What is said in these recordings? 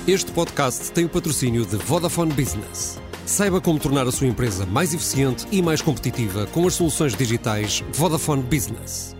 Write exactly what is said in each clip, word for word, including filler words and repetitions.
Este podcast tem o patrocínio de Vodafone Business. Saiba como tornar a sua empresa mais eficiente e mais competitiva com as soluções digitais Vodafone Business.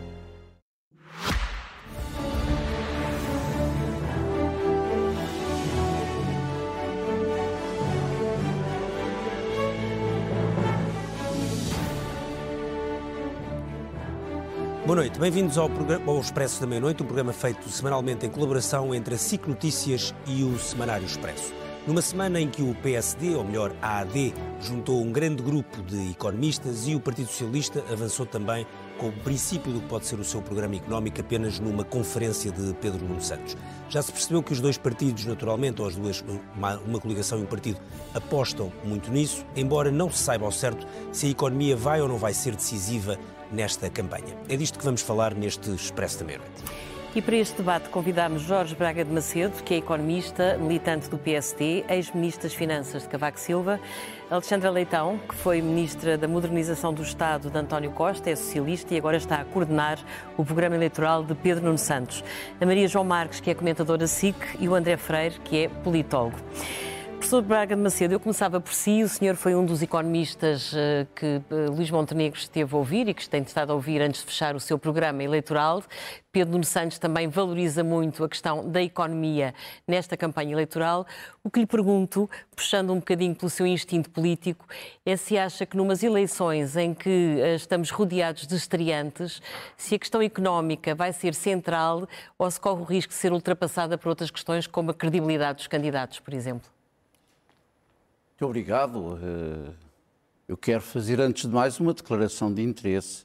Boa noite, bem-vindos ao, programa, ao Expresso da Meia-Noite, um programa feito semanalmente em colaboração entre a S I C Notícias e o Semanário Expresso. Numa semana em que o P S D, ou melhor, a A D, juntou um grande grupo de economistas e o Partido Socialista avançou também com o princípio do que pode ser o seu programa económico apenas numa conferência de Pedro Nuno Santos. Já se percebeu que os dois partidos, naturalmente, ou as duas, uma, uma coligação e um partido, apostam muito nisso, embora não se saiba ao certo se a economia vai ou não vai ser decisiva nesta campanha. É disto que vamos falar neste Expresso da Meia-Noite. E para este debate convidamos Jorge Braga de Macedo, que é economista, militante do P S D, ex-ministro das Finanças de Cavaco Silva, Alexandra Leitão, que foi ministra da Modernização do Estado de António Costa, é socialista e agora está a coordenar o programa eleitoral de Pedro Nuno Santos, a Maria João Marques, que é comentadora S I C, e o André Freire, que é politólogo. Professor Braga de Macedo, eu começava por si. O senhor foi um dos economistas uh, que uh, Luís Montenegro esteve a ouvir e que tem estado a ouvir antes de fechar o seu programa eleitoral. Pedro Nuno Santos também valoriza muito a questão da economia nesta campanha eleitoral. O que lhe pergunto, puxando um bocadinho pelo seu instinto político, é se acha que numas eleições em que uh, estamos rodeados de estreantes, se a questão económica vai ser central ou se corre o risco de ser ultrapassada por outras questões como a credibilidade dos candidatos, por exemplo. Muito obrigado. Eu quero fazer, antes de mais, uma declaração de interesse.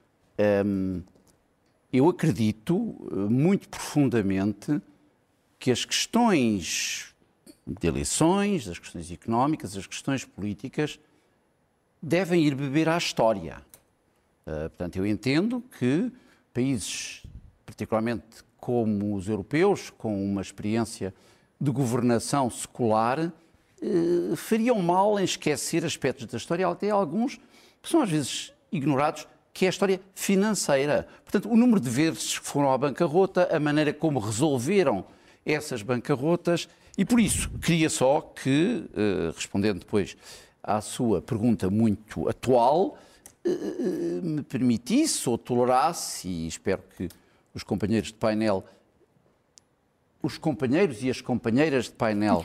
Eu acredito muito profundamente que as questões de eleições, as questões económicas, as questões políticas, devem ir beber à história. Portanto, eu entendo que países, particularmente como os europeus, com uma experiência de governação secular, Uh, fariam mal em esquecer aspectos da história, até alguns que são às vezes ignorados, que é a história financeira. Portanto, o número de vezes que foram à bancarrota, a maneira como resolveram essas bancarrotas, e por isso queria só que, uh, respondendo depois à sua pergunta muito atual, uh, uh, me permitisse ou tolerasse, e espero que os companheiros de painel, os companheiros e as companheiras de painel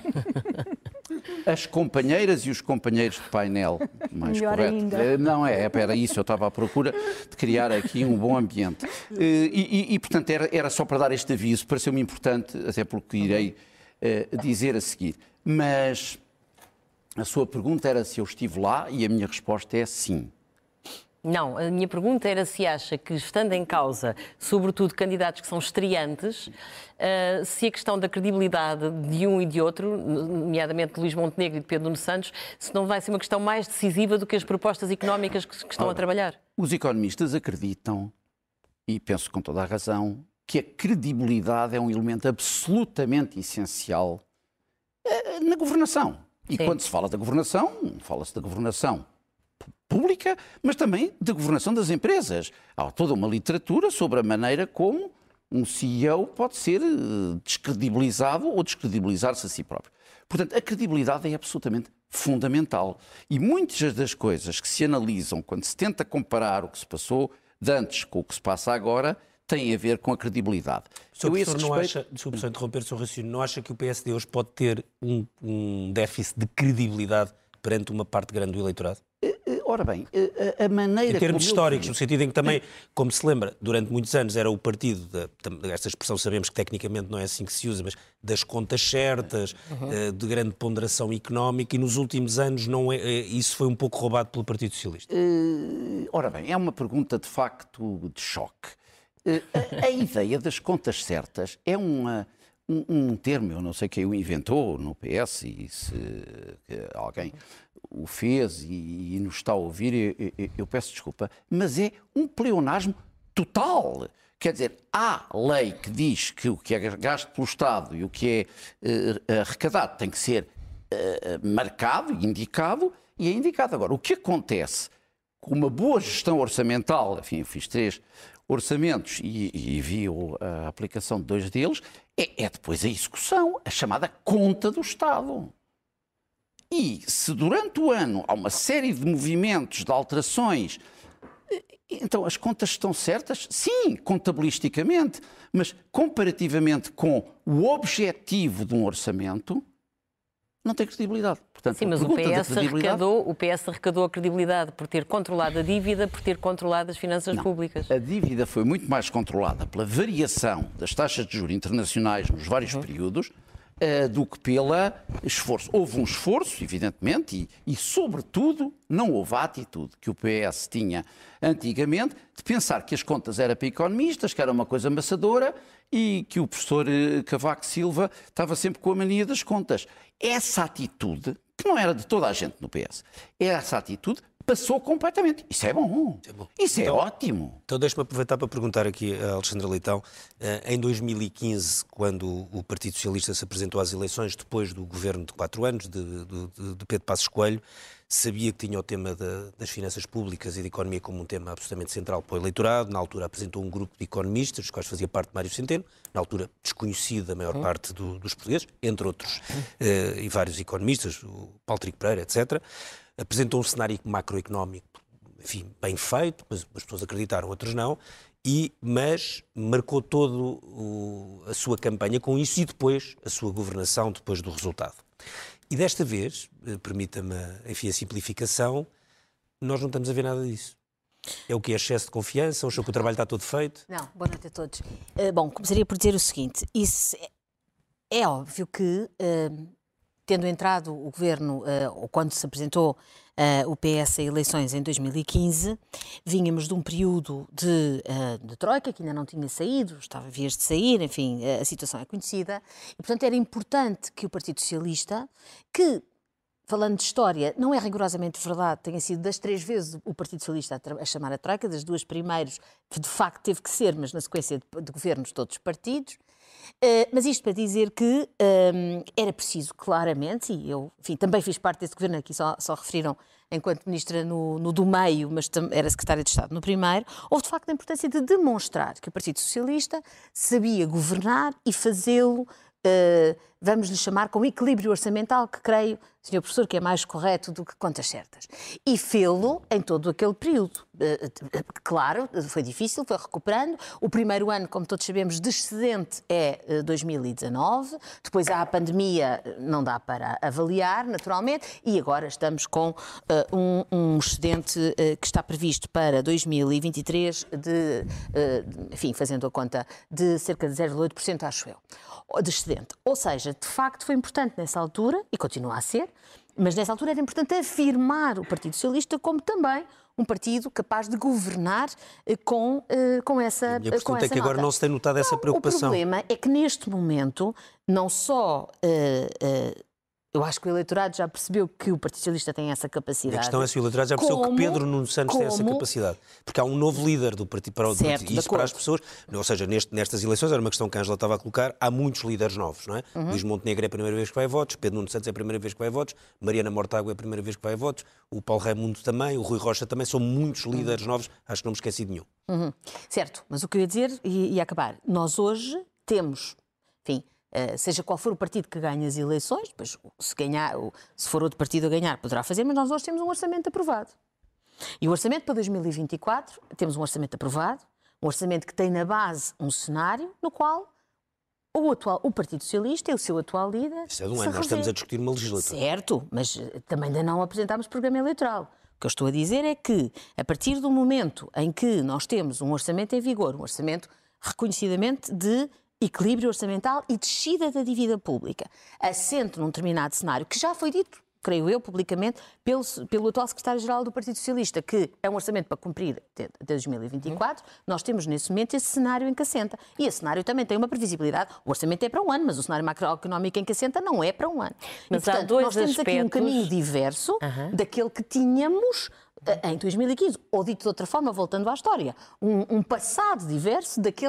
as companheiras e os companheiros de painel, mais Melhor correto. Ainda. Não é, era isso, eu estava à procura de criar aqui um bom ambiente. E, e, e portanto, era, era só para dar este aviso, pareceu-me importante, até porque irei uh, dizer a seguir. Mas a sua pergunta era se eu estive lá e a minha resposta é sim. Não, a minha pergunta era se acha que, estando em causa, sobretudo, candidatos que são estreantes, uh, se a questão da credibilidade de um e de outro, nomeadamente de Luís Montenegro e de Pedro Nuno Santos, se não vai ser uma questão mais decisiva do que as propostas económicas que, que estão Ora, a trabalhar. Os economistas acreditam, e penso com toda a razão, que a credibilidade é um elemento absolutamente essencial uh, na governação. E Sim. quando se fala da governação, fala-se da governação pública, mas também da governação das empresas. Há toda uma literatura sobre a maneira como um C E O pode ser descredibilizado ou descredibilizar-se a si próprio. Portanto, a credibilidade é absolutamente fundamental. E muitas das coisas que se analisam quando se tenta comparar o que se passou de antes com o que se passa agora têm a ver com a credibilidade. O senhor professor não acha, desculpe só interromper o seu raciocínio, não acha que o P S D hoje pode ter um, um déficit de credibilidade perante uma parte grande do eleitorado? Ora bem, a, a maneira... Em termos históricos, vi... no sentido em que também, como se lembra, durante muitos anos era o partido, da, esta expressão sabemos que tecnicamente não é assim que se usa, mas das contas certas, uhum. de grande ponderação económica, e nos últimos anos não é, isso foi um pouco roubado pelo Partido Socialista. Uh, ora bem, é uma pergunta de facto de choque. Uh, a, a ideia das contas certas é uma... Um, um termo, eu não sei quem o inventou no P S e se alguém o fez e, e nos está a ouvir, eu, eu, eu peço desculpa, mas é um pleonasmo total. Quer dizer, há lei que diz que o que é gasto pelo Estado e o que é uh, arrecadado tem que ser uh, marcado, indicado, e é indicado. Agora, o que acontece com uma boa gestão orçamental, enfim, eu fiz três orçamentos e, e viu a aplicação de dois deles, é, é depois a execução, a chamada conta do Estado. E se durante o ano há uma série de movimentos, de alterações, então as contas estão certas? Sim, contabilisticamente, mas comparativamente com o objetivo de um orçamento, não tem credibilidade. Portanto, sim, mas o P S, arrecadou, o P S arrecadou a credibilidade por ter controlado a dívida, por ter controlado as finanças não, públicas. A dívida foi muito mais controlada pela variação das taxas de juros internacionais nos vários uhum. períodos uh, do que pelo esforço. Houve um esforço, evidentemente, e, e, sobretudo, não houve a atitude que o P S tinha antigamente de pensar que as contas eram para economistas, que era uma coisa amassadora e que o professor Cavaco Silva estava sempre com a mania das contas. Essa atitude, que não era de toda a gente no P S, essa atitude passou completamente. Isso é bom. Isso é, bom. Isso é então, ótimo. Então deixa-me aproveitar para perguntar aqui a Alexandra Leitão. Em dois mil e quinze, quando o Partido Socialista se apresentou às eleições, depois do governo de quatro anos, de, de, de Pedro Passos Coelho, sabia que tinha o tema de, das finanças públicas e da economia como um tema absolutamente central para o eleitorado. Na altura apresentou um grupo de economistas, dos quais fazia parte Mário Centeno, na altura desconhecido da maior parte do, dos portugueses, entre outros, eh, e vários economistas, o Paulo Trigo Pereira, etcétera. Apresentou um cenário macroeconómico, enfim, bem feito, mas as pessoas acreditaram, outras não, e, mas marcou todo o, a sua campanha com isso e depois a sua governação, depois do resultado. E desta vez, permita-me, enfim, a simplificação, nós não estamos a ver nada disso. É o que é excesso de confiança? Achou que o trabalho está todo feito? Não, boa noite a todos. Uh, bom, começaria por dizer o seguinte, isso é, é óbvio que, uh, tendo entrado o governo, uh, ou quando se apresentou uh, o P S a eleições em dois mil e quinze, vínhamos de um período de, uh, de troika, que ainda não tinha saído, estava a vias de sair, enfim, a situação é conhecida, e portanto era importante que o Partido Socialista, que, falando de história, não é rigorosamente verdade, tenha sido das três vezes o Partido Socialista a, a chamar a troika, das duas primeiras, de facto teve que ser, mas na sequência de, de governos de todos os partidos. Uh, mas isto para dizer que um, era preciso, claramente, e eu, enfim, também fiz parte desse governo, aqui só, só referiram enquanto ministra no, no do meio, mas era secretária de Estado no primeiro, houve de facto a importância de demonstrar que o Partido Socialista sabia governar e fazê-lo, uh, vamos lhe chamar, com equilíbrio orçamental, que creio, senhor professor, que é mais correto do que contas certas. E fê-lo em todo aquele período. Uh, claro, foi difícil, foi recuperando. O primeiro ano, como todos sabemos, descendente é uh, dois mil e dezanove. Depois há a pandemia, não dá para avaliar, naturalmente. E agora estamos com uh, um, um excedente uh, que está previsto para dois mil e vinte e três, de, uh, enfim, fazendo a conta, de cerca de zero vírgula oito por cento, acho eu, de excedente. Ou seja, de facto foi importante nessa altura, e continua a ser, mas nessa altura era importante afirmar o Partido Socialista como também um partido capaz de governar com, com essa nota. E a pergunta é que nota. Agora não se tem notado essa não, preocupação. O problema é que neste momento não só... Uh, uh, eu acho que o eleitorado já percebeu que o Partido Socialista tem essa capacidade. A questão é se o eleitorado já percebeu como, que Pedro Nuno Santos como, tem essa capacidade. Porque há um novo líder do partido para, o, certo, isso para as pessoas. Ou seja, neste, nestas eleições, era uma questão que a Ângela estava a colocar, há muitos líderes novos, não é? Uhum. Luís Montenegro é a primeira vez que vai a votos, Pedro Nuno Santos é a primeira vez que vai a votos, Mariana Mortágua é a primeira vez que vai a votos, o Paulo Raimundo também, o Rui Rocha também, são muitos líderes uhum. novos, acho que não me esqueci de nenhum. Uhum. Certo, mas o que eu ia dizer, e, e acabar, nós hoje temos, enfim... Uh, seja qual for o partido que ganhe as eleições, depois se, ganhar, se for outro partido a ganhar poderá fazer, mas nós hoje temos um orçamento aprovado. E o orçamento para dois mil e vinte e quatro, temos um orçamento aprovado, um orçamento que tem na base um cenário no qual o, atual, o Partido Socialista e o seu atual líder... Isso é de um ano, nós estamos a discutir uma legislatura. Certo, mas também ainda não apresentámos programa eleitoral. O que eu estou a dizer é que, a partir do momento em que nós temos um orçamento em vigor, um orçamento reconhecidamente de equilíbrio orçamental e descida da dívida pública, assente num determinado cenário, que já foi dito, creio eu, publicamente, pelo, pelo atual secretário-geral do Partido Socialista, que é um orçamento para cumprir até dois mil e vinte e quatro, uhum. nós temos nesse momento esse cenário em que assenta. E esse cenário também tem uma previsibilidade. O orçamento é para um ano, mas o cenário macroeconómico em que assenta não é para um ano. Mas e, portanto, há dois nós temos aspectos... aqui um caminho diverso uhum. daquele que tínhamos em dois mil e quinze, ou dito de outra forma, voltando à história, um, um passado diverso daquele que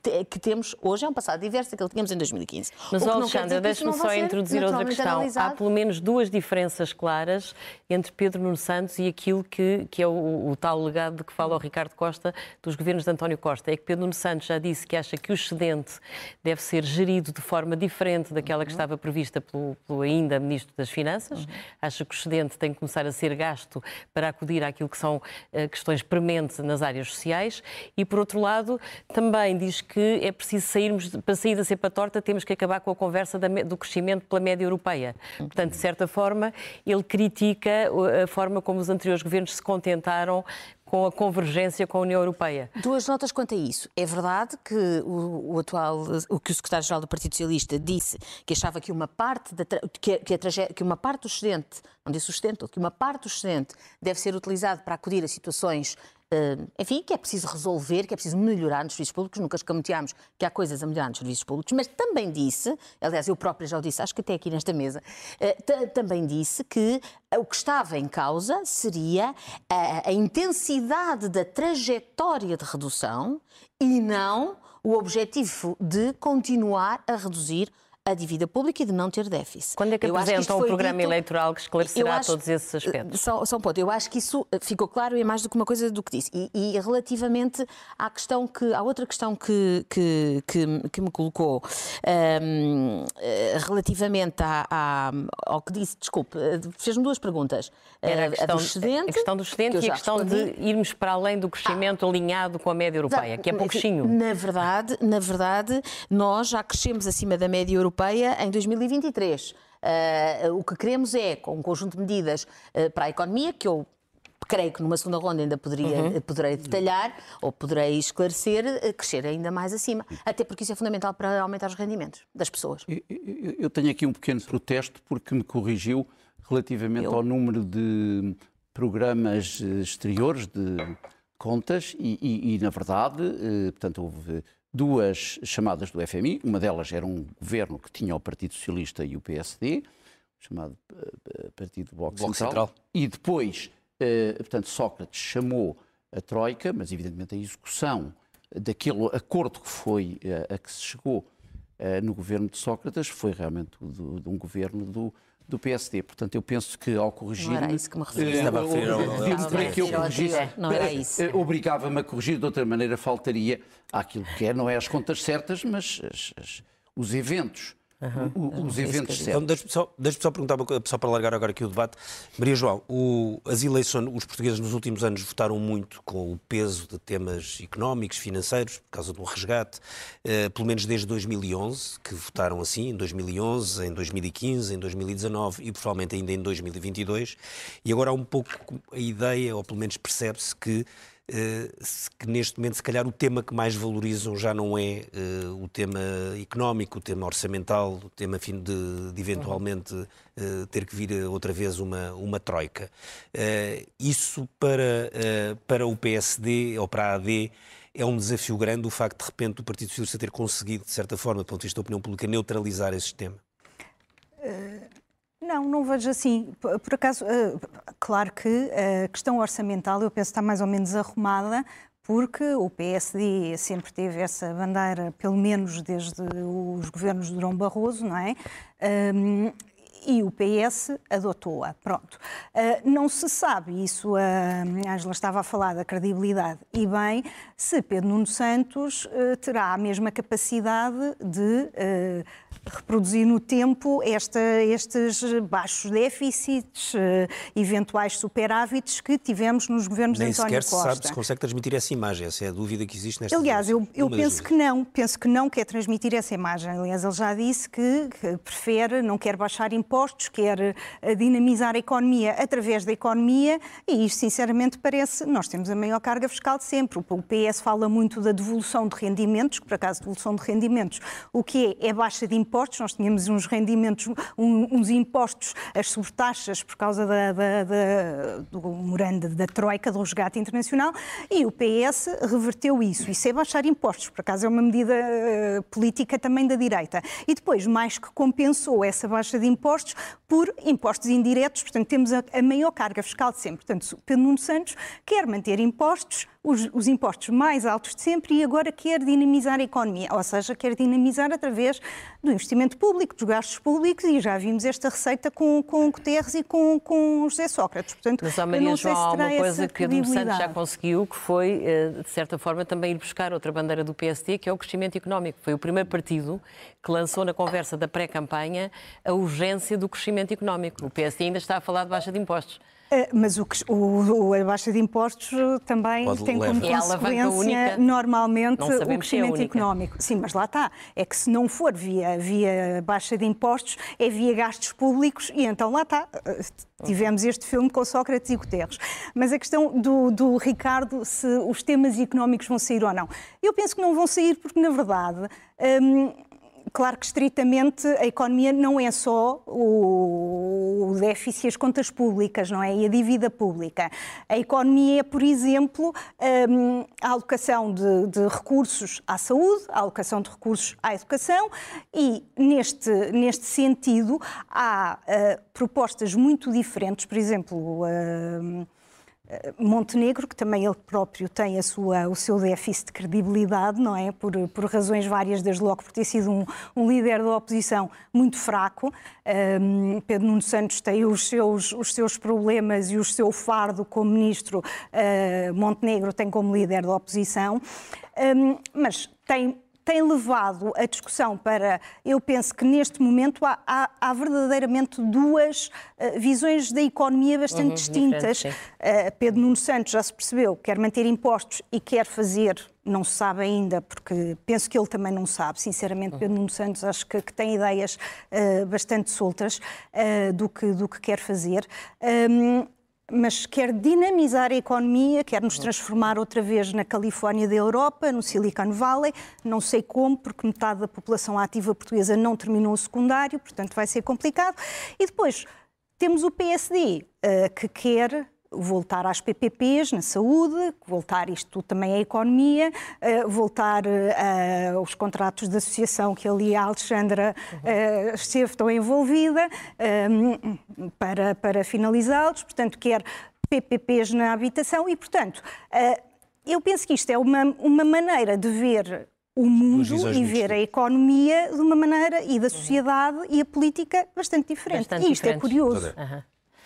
que temos hoje é um passado diverso daquele que tínhamos em dois mil e quinze. Mas, Alexandra, deixe-me só introduzir outra questão. Há pelo menos duas diferenças claras entre Pedro Nuno Santos e aquilo que, que é o, o tal legado de que fala o Ricardo Costa dos governos de António Costa. É que Pedro Nuno Santos já disse que acha que o excedente deve ser gerido de forma diferente daquela que estava prevista pelo, pelo ainda Ministro das Finanças. Uhum. Acha que o excedente tem que começar a ser gasto para acudir àquilo que são uh, questões prementes nas áreas sociais. E, por outro lado, também diz que é preciso sairmos, para sair da cepa torta, temos que acabar com a conversa da, do crescimento pela média europeia. Portanto, de certa forma, ele critica a forma como os anteriores governos se contentaram com a convergência com a União Europeia. Duas notas quanto a isso. É verdade que o, o atual, o que o secretário-geral do Partido Socialista disse, que achava que uma parte da que, que, a trage, que uma parte do excedente, não disse o excedente, que uma parte do excedente deve ser utilizado para acudir a situações Uh, enfim, que é preciso resolver, que é preciso melhorar nos serviços públicos. Nunca escamoteámos que há coisas a melhorar nos serviços públicos, mas também disse, aliás, eu própria já o disse, acho que até aqui nesta mesa, uh, também disse que uh, o que estava em causa seria uh, a intensidade da trajetória de redução e não o objetivo de continuar a reduzir a dívida pública e de não ter déficit. Quando é que eu apresentam um programa dito, eleitoral que esclarecerá acho, todos esses aspectos? Só, só um ponto. Eu acho que isso ficou claro e é mais do que uma coisa do que disse. E, e relativamente à questão que, à outra questão que, que, que, que me colocou, um, relativamente à, à, ao que disse, desculpe, fez-me duas perguntas. Era a questão, a do excedente, a questão do excedente que e a questão respondi. de irmos para além do crescimento ah. alinhado com a média europeia, Exato. que é pouquinho. Na verdade, na verdade, nós já crescemos acima da média europeia em dois mil e vinte e três. Uh, o que queremos é, com um conjunto de medidas uh, para a economia, que eu creio que numa segunda ronda ainda poderia, uhum. poderei detalhar ou poderei esclarecer, uh, crescer ainda mais acima. Até porque isso é fundamental para aumentar os rendimentos das pessoas. Eu, eu, eu tenho aqui um pequeno protesto porque me corrigiu relativamente eu... ao número de programas exteriores de contas e, e, e na verdade, uh, portanto, houve duas chamadas do F M I, uma delas era um governo que tinha o Partido Socialista e o P S D, chamado uh, Partido do Bloco, Bloco Central. Central, e depois, uh, portanto, Sócrates chamou a Troika, mas evidentemente a execução daquele acordo que foi uh, a que se chegou uh, no governo de Sócrates foi realmente do, de um governo do, do P S D. Portanto, eu penso que ao corrigir... Não era isso que me referia. Uh, para que eu corrigisse, não era isso. Uh, obrigava-me a corrigir, de outra maneira faltaria àquilo que é, não é as contas certas, mas as, as, os eventos. Uhum. Os eventos certos. Então, deixe-me só, deixe-me só perguntar uma coisa, só para largar agora aqui o debate. Maria João, o, as eleições, os portugueses nos últimos anos votaram muito com o peso de temas económicos, financeiros, por causa do resgate, uh, pelo menos desde dois mil e onze, que votaram assim, em dois mil e onze, em dois mil e quinze, em dois mil e dezanove e provavelmente ainda em dois mil e vinte e dois. E agora há um pouco a ideia, ou pelo menos percebe-se que que neste momento, se calhar, o tema que mais valorizam já não é uh, o tema económico, o tema orçamental, o tema fim de, de eventualmente uh, ter que vir outra vez uma, uma troika. Uh, isso para, uh, para o P S D ou para a A D é um desafio grande, o facto de, de repente, o Partido Socialista ter conseguido, de certa forma, do ponto de vista da opinião pública, neutralizar esse tema? Uh... Não, não vejo assim. Por acaso, claro que a questão orçamental, eu penso que está mais ou menos arrumada, porque o P S D sempre teve essa bandeira, pelo menos desde os governos de Durão Barroso, não é? Um, e o P S adotou-a. Pronto. Uh, não se sabe, isso a Ângela estava a falar da credibilidade, e bem, se Pedro Nuno Santos uh, terá a mesma capacidade de uh, reproduzir no tempo esta, estes baixos déficits, uh, eventuais superávites que tivemos nos governos Nem de António Costa. Nem sequer se sabe se consegue transmitir essa imagem, essa é a dúvida que existe nesta Aliás, eu, eu penso dúvidas. que não, penso que não quer transmitir essa imagem. Aliás, ele já disse que, que prefere, não quer baixar impostos, quer dinamizar a economia através da economia, e isto, sinceramente, parece... Nós temos a maior carga fiscal de sempre. O P S fala muito da devolução de rendimentos, que, por acaso, devolução de rendimentos, o que é? É baixa de impostos. Nós tínhamos uns rendimentos, um, uns impostos, as sobretaxas, por causa da, da, da, do memorando da Troika, do resgate internacional, e o P S reverteu isso. Isso é baixar impostos, por acaso é uma medida uh, política também da direita. E depois, mais que compensou essa baixa de impostos, impostos por impostos indiretos, portanto temos a, a maior carga fiscal de sempre. Portanto, Pedro Nuno Santos quer manter impostos, os, os impostos mais altos de sempre, e agora quer dinamizar a economia, ou seja, quer dinamizar através do investimento público, dos gastos públicos, e já vimos esta receita com, com Guterres e com, com José Sócrates. Portanto, mas, ó, Maria João, há uma coisa que Pedro Nuno Santos já credibilidade. conseguiu, que foi, de certa forma, também ir buscar outra bandeira do P S D, que é o crescimento económico. Foi o primeiro partido que lançou na conversa da pré-campanha a urgência do crescimento económico. O P S D ainda está a falar de baixa de impostos. Uh, Mas o, o, a baixa de impostos também Pode tem levar. como É a alavanca consequência única. normalmente Não o sabemos se é crescimento única. económico. Sim, mas lá está. É que se não for via, via baixa de impostos, é via gastos públicos, e então lá está. Tivemos este filme com Sócrates e Guterres. Mas a questão do, do Ricardo, se os temas económicos vão sair ou não. Eu penso que não vão sair porque, na verdade... Hum, Claro que, estritamente, a economia não é só o déficit e as contas públicas, não é? E a dívida pública. A economia é, por exemplo, a alocação de, de recursos à saúde, a alocação de recursos à educação, e, neste, neste sentido, há uh, propostas muito diferentes, por exemplo... Uh, Montenegro, que também ele próprio tem a sua, o seu déficit de credibilidade, não é? Por, por razões várias, desde logo por ter sido um, um líder da oposição muito fraco. Um, Pedro Nuno Santos tem os seus, os seus problemas e o seu fardo como ministro. Uh, Montenegro tem como líder da oposição. Um, mas tem... tem levado a discussão para, eu penso que neste momento há, há, há verdadeiramente duas uh, visões da economia bastante uhum, distintas. Uh, Pedro Nuno Santos já se percebeu, quer manter impostos e quer fazer, não se sabe ainda, porque penso que ele também não sabe, sinceramente, uhum. Pedro Nuno Santos acho que, que tem ideias uh, bastante soltas uh, do, que, do que quer fazer. Um, mas quer dinamizar a economia, quer nos transformar outra vez na Califórnia da Europa, no Silicon Valley, não sei como, porque metade da população ativa portuguesa não terminou o secundário, portanto vai ser complicado. E depois temos o P S D, uh, que quer voltar às P P Ps na saúde, voltar isto também à economia, uh, voltar uh, aos contratos de associação que ali a Alexandra uh, esteve tão envolvida, um, para, para finalizá-los, portanto quer P P Ps na habitação e, portanto, uh, eu penso que isto é uma, uma maneira de ver o mundo e ver a economia de uma maneira, e da sociedade uhum. e a política bastante diferente. Bastante e isto diferentes. É curioso. Uhum.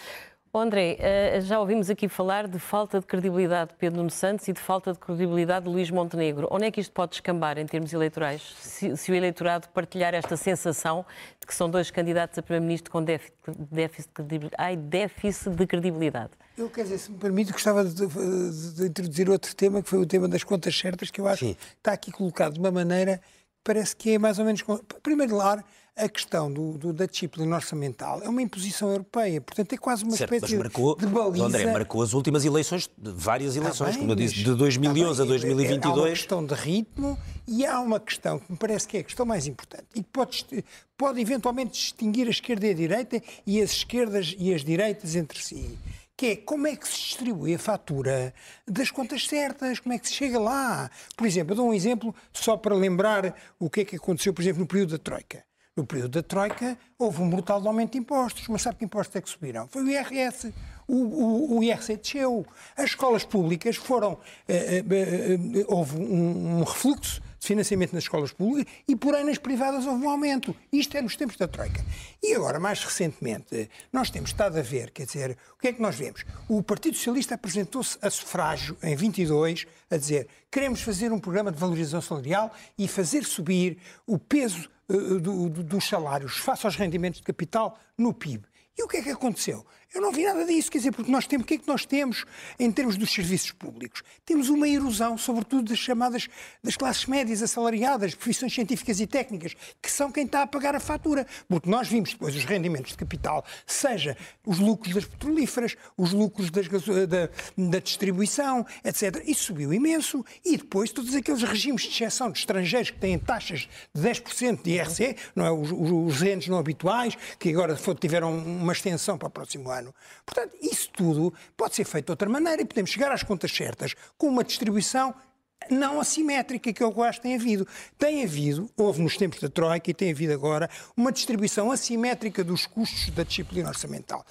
André, já ouvimos aqui falar de falta de credibilidade de Pedro Nuno Santos e de falta de credibilidade de Luís Montenegro. Onde é que isto pode descambar em termos eleitorais? Se, se o eleitorado partilhar esta sensação de que são dois candidatos a primeiro-ministro com déficit, déficit, de, ai, déficit de credibilidade? Eu, quer dizer, se me permite, gostava de, de, de introduzir outro tema, que foi o tema das contas certas, que eu acho Sim. que está aqui colocado de uma maneira que parece que é mais ou menos... Em primeiro lugar, a questão do, do, da disciplina orçamental é uma imposição europeia, portanto é quase uma certo, espécie mas marcou, de baliza. André, marcou as últimas eleições, várias eleições, bem, como eu disse, de dois mil e onze a dois mil e vinte e dois. Há uma questão de ritmo e há uma questão que me parece que é a questão mais importante e que pode, pode eventualmente distinguir a esquerda e a direita e as esquerdas e as direitas entre si, que é como é que se distribui a fatura das contas certas, como é que se chega lá. Por exemplo, eu dou um exemplo só para lembrar o que é que aconteceu, por exemplo, no período da Troika. No período da Troika houve um brutal aumento de impostos, mas sabe que impostos é que subiram? Foi o I R S. O, o, o I R C desceu. As escolas públicas foram... Eh, eh, eh, houve um, um refluxo de financiamento nas escolas públicas e, porém, nas privadas houve um aumento. Isto é nos tempos da Troika. E agora, mais recentemente, nós temos estado a ver, quer dizer, o que é que nós vemos? O Partido Socialista apresentou-se a sufrágio em vinte e dois a dizer queremos fazer um programa de valorização salarial e fazer subir o peso uh, do, do, dos salários face aos rendimentos de capital no P I B. E o que é que aconteceu? Eu não vi nada disso, quer dizer, porque nós temos, o que é que nós temos em termos dos serviços públicos? Temos uma erosão, sobretudo das chamadas, das classes médias assalariadas, profissões científicas e técnicas, que são quem está a pagar a fatura. Porque nós vimos depois os rendimentos de capital, seja os lucros das petrolíferas, os lucros das, da, da distribuição, etcétera. Isso subiu imenso. E depois todos aqueles regimes de exceção de estrangeiros que têm taxas de dez por cento de I R C, não é? os, os, os rendos não habituais, que agora tiveram uma extensão para o próximo ano. Portanto, isso tudo pode ser feito de outra maneira e podemos chegar às contas certas com uma distribuição não assimétrica, que é o que eu acho que tem havido. Tem havido, houve nos tempos da Troika e tem havido agora, uma distribuição assimétrica dos custos da disciplina orçamental,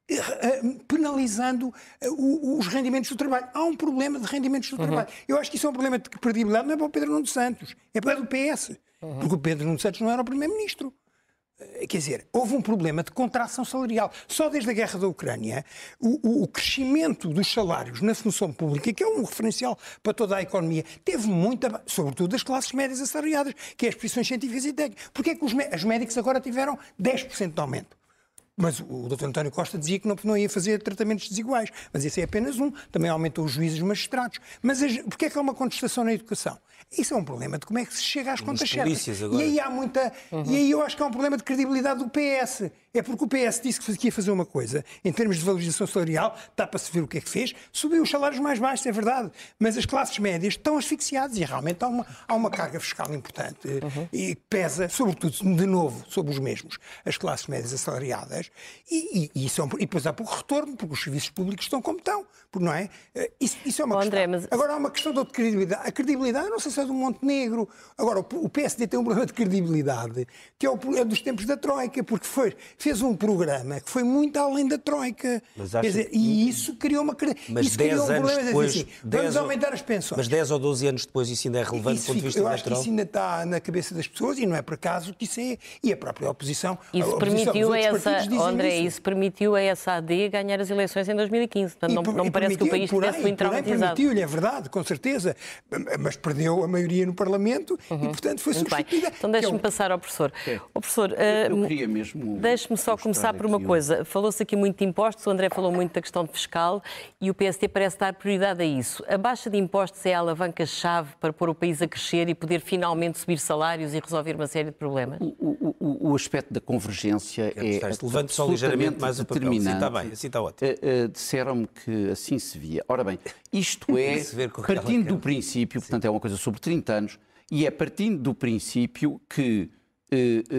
penalizando os rendimentos do trabalho. Há um problema de rendimentos do uhum. trabalho. Eu acho que isso é um problema de credibilidade, não é para o Pedro Nuno Santos, é para o P S. Uhum. Porque o Pedro Nuno Santos não era o primeiro-ministro. Quer dizer, houve um problema de contração salarial. Só desde a guerra da Ucrânia, o, o, o crescimento dos salários na função pública, que é um referencial para toda a economia, teve muita, sobretudo das classes médias assalariadas, que é as profissões científicas e técnicas. Porquê é que os, os médicos agora tiveram dez por cento de aumento? Mas o doutor António Costa dizia que não, não ia fazer tratamentos desiguais. Mas esse é apenas um. Também aumentou os juízes magistrados. Mas as, porquê é que há uma contestação na educação? Isso é um problema de como é que se chega às contas certas. Agora. E aí há muita... Uhum. E aí eu acho que há um problema de credibilidade do P S. É porque o P S disse que ia fazer uma coisa, em termos de valorização salarial, está para se ver o que é que fez, subiu os salários mais baixos, é verdade. Mas as classes médias estão asfixiadas e realmente há uma, há uma carga fiscal importante uhum. e pesa, sobretudo, de novo, sobre os mesmos, as classes médias assalariadas. E, e, e, isso é um, e depois há pouco retorno, porque os serviços públicos estão como estão. Porque não é? Isso, isso é uma Bom, questão. André, mas... Agora há uma questão de credibilidade. A credibilidade, não sei se é do Montenegro. Agora, o P S D tem um problema de credibilidade, que é o é dos tempos da Troika, porque foi, fez um programa que foi muito além da Troika. Mas acho... Quer dizer, e isso criou uma mas isso dez criou um anos problema depois, assim, vamos ou... aumentar as pensões. Mas dez ou doze anos depois isso ainda é relevante isso do ponto de vista fica, eu eleitoral? acho que isso ainda está na cabeça das pessoas e não é por acaso que isso é... E a própria oposição... Isso a permitiu oposição, a essa... André, isso. isso permitiu a S A D ganhar as eleições em dois mil e quinze. Portanto, não, não me parece que o país estivesse muito traumatizado. Permitiu-lhe, é verdade, com certeza. Mas perdeu a maioria no Parlamento uhum. e, portanto, foi muito substituída. Bem. Então deixe-me é um... passar ao professor. É. O professor, eu, eu queria mesmo... Deixe-me só começar por uma coisa. Falou-se aqui muito de impostos, o André falou muito da questão fiscal e o P S D parece dar prioridade a isso. A baixa de impostos é a alavanca-chave para pôr o país a crescer e poder finalmente subir salários e resolver uma série de problemas? O, o, o aspecto da convergência é, é levante só ligeiramente mais o papel. Assim está bem, assim está ótimo. Uh, uh, disseram-me que assim se via. Ora bem, isto é partindo do princípio, Sim. portanto é uma coisa sobre trinta anos, e é partindo do princípio que uh,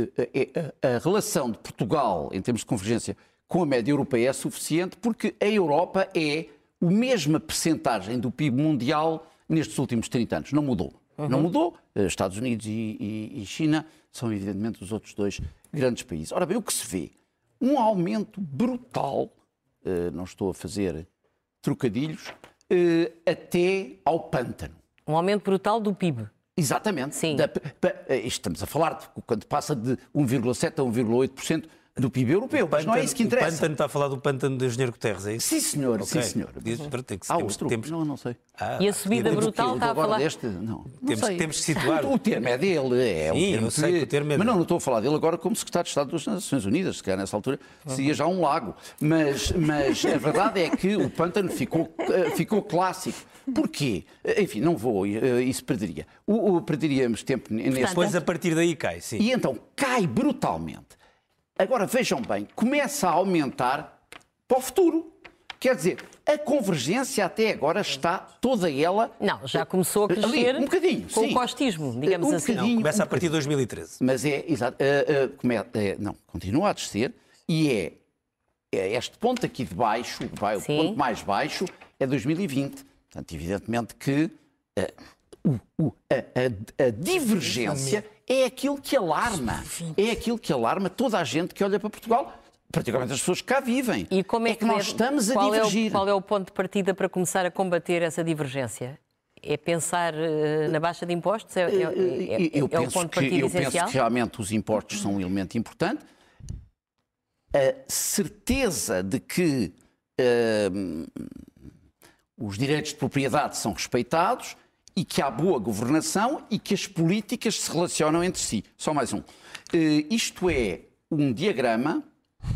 uh, a, a relação de Portugal, em termos de convergência, com a média europeia é suficiente porque a Europa é a mesma percentagem do P I B mundial nestes últimos trinta anos. Não mudou. Uhum. Não mudou. Estados Unidos e, e, e China são, evidentemente, os outros dois grandes países. Ora bem, o que se vê? Um aumento brutal, uh, não estou a fazer trocadilhos, uh, até ao pântano. Um aumento brutal do P I B. Exatamente. Sim. Da, pa, estamos a falar de quando passa de um vírgula sete a um vírgula oito por cento do P I B europeu, pântano, mas não é isso que interessa. O pântano está a falar do pântano do engenheiro Guterres, é isso? Sim, senhor, okay. sim, senhor. Diz, tem que, ah, temos, outro? Temos... Não, não sei. Ah, e a subida brutal está a falar... Deste? Não, não temos, sei. Temos que situar. O, o termo é dele, é Sim, um termo eu sei que o termo é Mas não, dele. não estou a falar dele agora como secretário de Estado das Nações Unidas, se calhar nessa altura seria já um lago. Mas, mas a verdade é que o pântano ficou, ficou clássico. Porquê? Enfim, não vou, isso perderia. O, o, perderíamos tempo nesse... Depois, a partir daí, cai, sim. E então, cai brutalmente. Agora, vejam bem, começa a aumentar para o futuro. Quer dizer, a convergência até agora está toda ela... Não, já começou a crescer ali, um bocadinho, com sim. o costismo, digamos um assim. Não, começa um a partir de dois mil e treze. Mas é, exato, uh, uh, come, uh, não, continua a descer e é, é este ponto aqui de baixo, vai, o ponto mais baixo, é dois mil e vinte. Portanto, evidentemente que uh, uh, uh, a, a, a divergência é aquilo que alarma, é aquilo que alarma toda a gente que olha para Portugal, particularmente as pessoas que cá vivem. E como é, é que nós estamos a qual divergir. É o, qual é o ponto de partida para começar a combater essa divergência? É pensar uh, na baixa de impostos? É, é, é, eu é penso o ponto de que, partida eu essencial? penso que realmente os impostos são um elemento importante. A certeza de que uh, os direitos de propriedade são respeitados e que há boa governação e que as políticas se relacionam entre si. Só mais um. Uh, isto é um diagrama,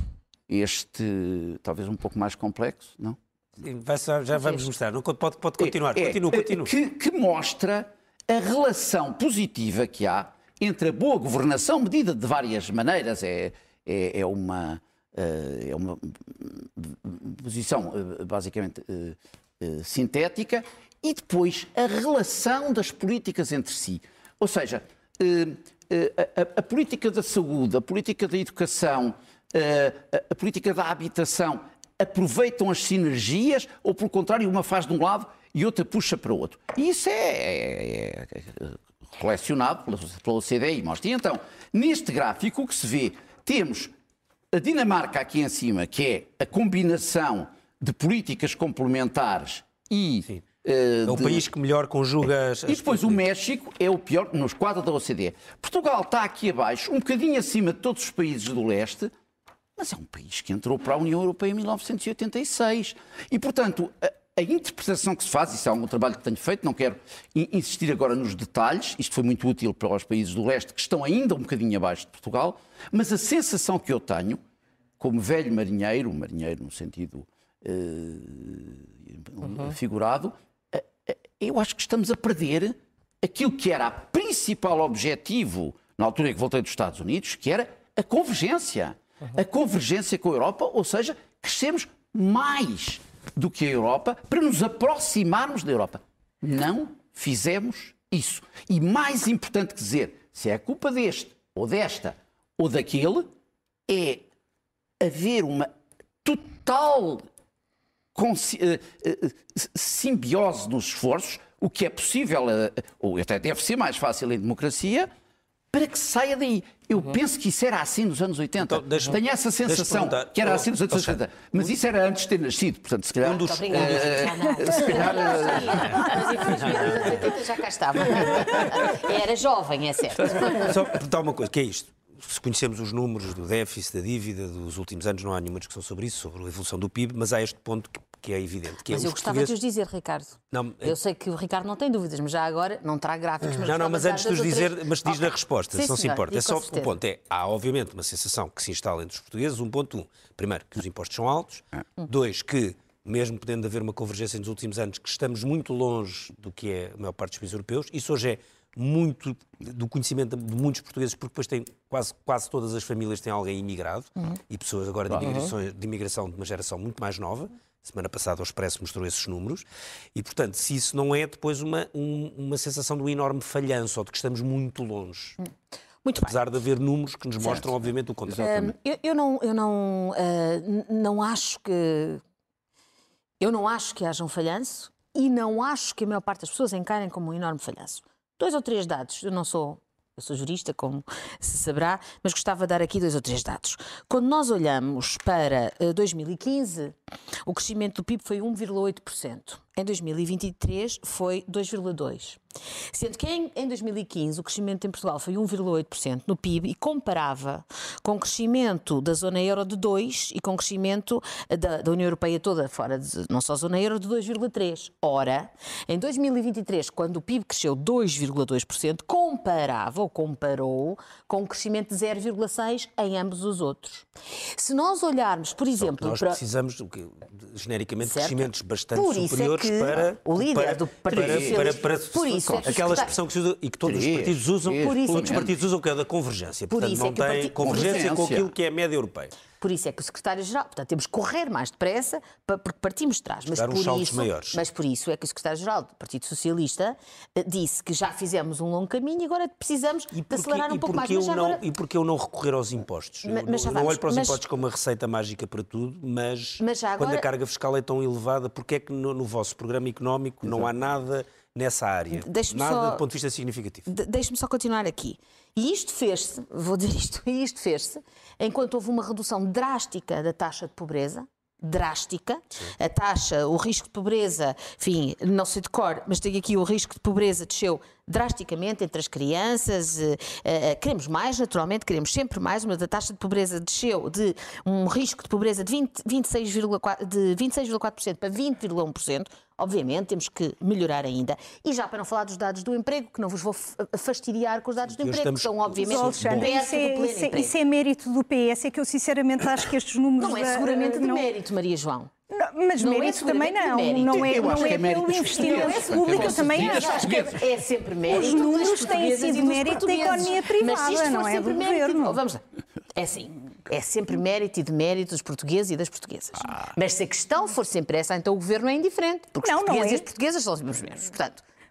este talvez um pouco mais complexo, não? Sim, vai só, já vamos mostrar. Não, pode, pode continuar. É, continua, é, continua. Que, que mostra a relação positiva que há entre a boa governação, medida de várias maneiras, é, é, é uma... é uma posição basicamente sintética, e depois a relação das políticas entre si. Ou seja, a, a, a política da saúde, a política da educação, a, a política da habitação aproveitam as sinergias ou, pelo contrário, uma faz de um lado e outra puxa para o outro. E isso é, é, é colecionado pela, pela O C D E. Mostra. E então, neste gráfico, o que se vê, temos a Dinamarca aqui em cima, que é a combinação de políticas complementares e... Sim. Uh, é o de... país que melhor conjuga as... E depois o México é o pior nos quadros da O C D E. Portugal está aqui abaixo, um bocadinho acima de todos os países do leste, mas é um país que entrou para a União Europeia em mil novecentos e oitenta e seis. E, portanto, a, a interpretação que se faz, isso é um trabalho que tenho feito, não quero insistir agora nos detalhes, isto foi muito útil para os países do leste, que estão ainda um bocadinho abaixo de Portugal, mas a sensação que eu tenho, como velho marinheiro, marinheiro no sentido uh, uhum. figurado, eu acho que estamos a perder aquilo que era o principal objetivo, na altura em que voltei dos Estados Unidos, que era a convergência. Uhum. A convergência com a Europa, ou seja, crescemos mais do que a Europa para nos aproximarmos da Europa. Não fizemos isso. E mais importante que dizer, se é a culpa deste, ou desta, ou daquele, é haver uma total... Com simbiose nos esforços, o que é possível, ou até deve ser mais fácil em democracia, para que saia daí. Eu uhum. penso que isso era assim nos anos oitenta. Então, deixa, Tenho essa sensação que era assim nos anos oitenta. Mas isso era antes de ter nascido, portanto, se calhar... Um dos... Muito obrigada. Se calhar... Mas infelizmente nos anos oitenta já cá estava. Era jovem, é certo. Só perguntar uma coisa, que é isto? Se conhecemos os números do déficit, da dívida dos últimos anos, não há nenhuma discussão sobre isso, sobre a evolução do P I B, mas há este ponto que, que é evidente. Que mas é eu gostava portugueses... de os dizer, Ricardo. Não, é... Eu sei que o Ricardo não tem dúvidas, mas já agora não terá gráficos. Mas não, não, mas antes de os dizer, outras... mas diz okay. na resposta, Sim, se não senhor, se importa. É só o ponto é, há obviamente uma sensação que se instala entre os portugueses, um ponto um. Primeiro, que os impostos são altos. Hum. Dois, que mesmo podendo haver uma convergência nos últimos anos, que estamos muito longe do que é a maior parte dos países europeus. Isso hoje é muito do conhecimento de muitos portugueses, porque depois tem quase, quase todas as famílias têm alguém imigrado uhum. e pessoas agora de imigração, de imigração de uma geração muito mais nova. Semana passada o Expresso mostrou esses números e, portanto, se isso não é depois uma, um, uma sensação de um enorme falhanço ou de que estamos muito longe. Muito Apesar bem. de haver números que nos certo. mostram, obviamente, o contrário. Uh, eu, eu não, eu não, uh, não acho que eu não acho que haja um falhanço e não acho que a maior parte das pessoas encarem como um enorme falhanço. Dois ou três dados, eu não sou, eu sou jurista, como se saberá, mas gostava de dar aqui dois ou três dados. Quando nós olhamos para uh, dois mil e quinze, o crescimento do P I B foi um vírgula oito por cento. Em dois mil e vinte e três foi dois vírgula dois por cento. Sendo que em, em dois mil e quinze o crescimento em Portugal foi um vírgula oito por cento no P I B e comparava com o crescimento da zona euro de dois por cento e com o crescimento da, da União Europeia toda, fora de, não só a zona euro, de dois vírgula três por cento. Ora, em dois mil e vinte e três, quando o P I B cresceu dois vírgula dois por cento, comparava ou comparou com o crescimento de zero vírgula seis por cento em ambos os outros. Se nós olharmos, por exemplo... Nós para... precisamos, genericamente, certo? crescimentos bastante por isso superiores é que para... o líder para, do Partido para, Socialista... Para, para, por isso é que aquela está... expressão que se usa e que todos os partidos usam, por isso todos é os partidos usam, que é da convergência. Por Portanto, isso não é que tem parti... convergência com aquilo que é a média europeia. Por isso é que o secretário-geral, portanto, temos que correr mais depressa, porque partimos de trás. Mas dar por, uns isso, maiores. mas por isso é que o secretário-geral do Partido Socialista disse que já fizemos um longo caminho e agora precisamos de acelerar um pouco mais. Mas não, agora... E porquê eu não recorrer aos impostos? Mas, eu mas não, vamos, não olho para os mas... impostos como uma receita mágica para tudo, mas, mas agora... quando a carga fiscal é tão elevada, porquê é que no, no vosso programa económico Exato. Não há nada nessa área? Nada só... do ponto de vista significativo. De deixe-me só continuar aqui. E isto fez-se, vou dizer isto, e isto fez-se enquanto houve uma redução drástica da taxa de pobreza, drástica, Sim. a taxa, o risco de pobreza, enfim, não sei de cor, mas tenho aqui o risco de pobreza desceu drasticamente entre as crianças, uh, uh, queremos mais, naturalmente, queremos sempre mais, mas a taxa de pobreza desceu de um risco de pobreza de vinte e seis vírgula quatro por cento para vinte vírgula um por cento. Obviamente, temos que melhorar ainda. E já para não falar dos dados do emprego, que não vos vou fastidiar com os dados do emprego, estamos... que são, obviamente, Alexandre, isso, é, isso, é, isso é mérito do P S, é que eu sinceramente acho que estes números... Não é seguramente de não... mérito, Maria João. Não, mas não mérito é também não. Mérito. Não é, não é, é pelo investimento público, eu também acho. acho que é, é sempre mérito. Os números têm sido mérito da economia privada, não é do governo. Vamos lá. É assim, é sempre mérito e de mérito dos portugueses e das portuguesas. Ah. Mas se a questão for sempre essa, então o governo é indiferente, porque os não, portugueses não é. e as portuguesas são os mesmos. Portanto,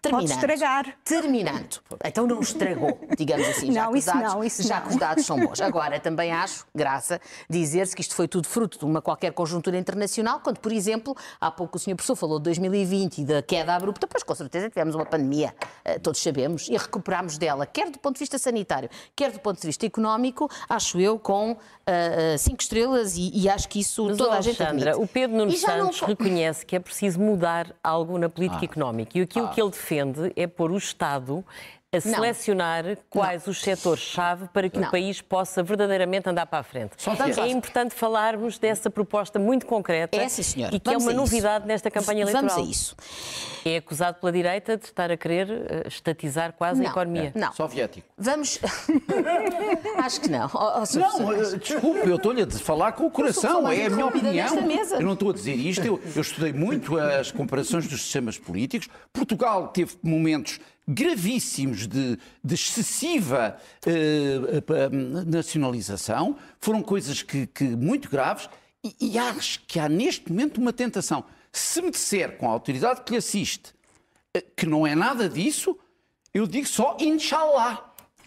Terminando. Pode estragar. Terminando. Então não estragou, digamos assim, já, Não, que, os isso dados, não, isso já não. que os dados são bons. Agora, também acho, graça, dizer-se que isto foi tudo fruto de uma qualquer conjuntura internacional, quando, por exemplo, há pouco o senhor professor falou de dois mil e vinte e da queda abrupta, pois com certeza tivemos uma pandemia, todos sabemos, e recuperámos dela, quer do ponto de vista sanitário, quer do ponto de vista económico, acho eu, com uh, cinco estrelas, e, e acho que isso Mas, toda oh, a gente Alexandra, admite. o Pedro Nuno E já não- Santos reconhece que é preciso mudar algo na política Ah. económica. E aquilo Ah. que ele defende é pôr o Estado a selecionar quais os setores-chave para que Não. o país possa verdadeiramente andar para a frente. Vamos É lá. importante falarmos dessa proposta muito concreta É, sim, senhor. e que Vamos é uma a isso. novidade nesta campanha eleitoral. Vamos a isso. É acusado pela direita de estar a querer eh, estatizar quase Não. a economia. Não. Soviético. Vamos. Acho que não. Oh, oh, senhor Não, professor. eh, desculpe, eu estou-lhe a falar com o coração, mais é a minha interrompida opinião. desta mesa. Eu não estou a dizer isto, eu, eu estudei muito as comparações dos sistemas políticos. Portugal teve momentos gravíssimos de, de excessiva eh, eh, nacionalização, foram coisas que, que muito graves, e, e acho que há neste momento uma tentação. Se me disser com a autoridade que lhe assiste eh, que não é nada disso, eu digo só inshallah.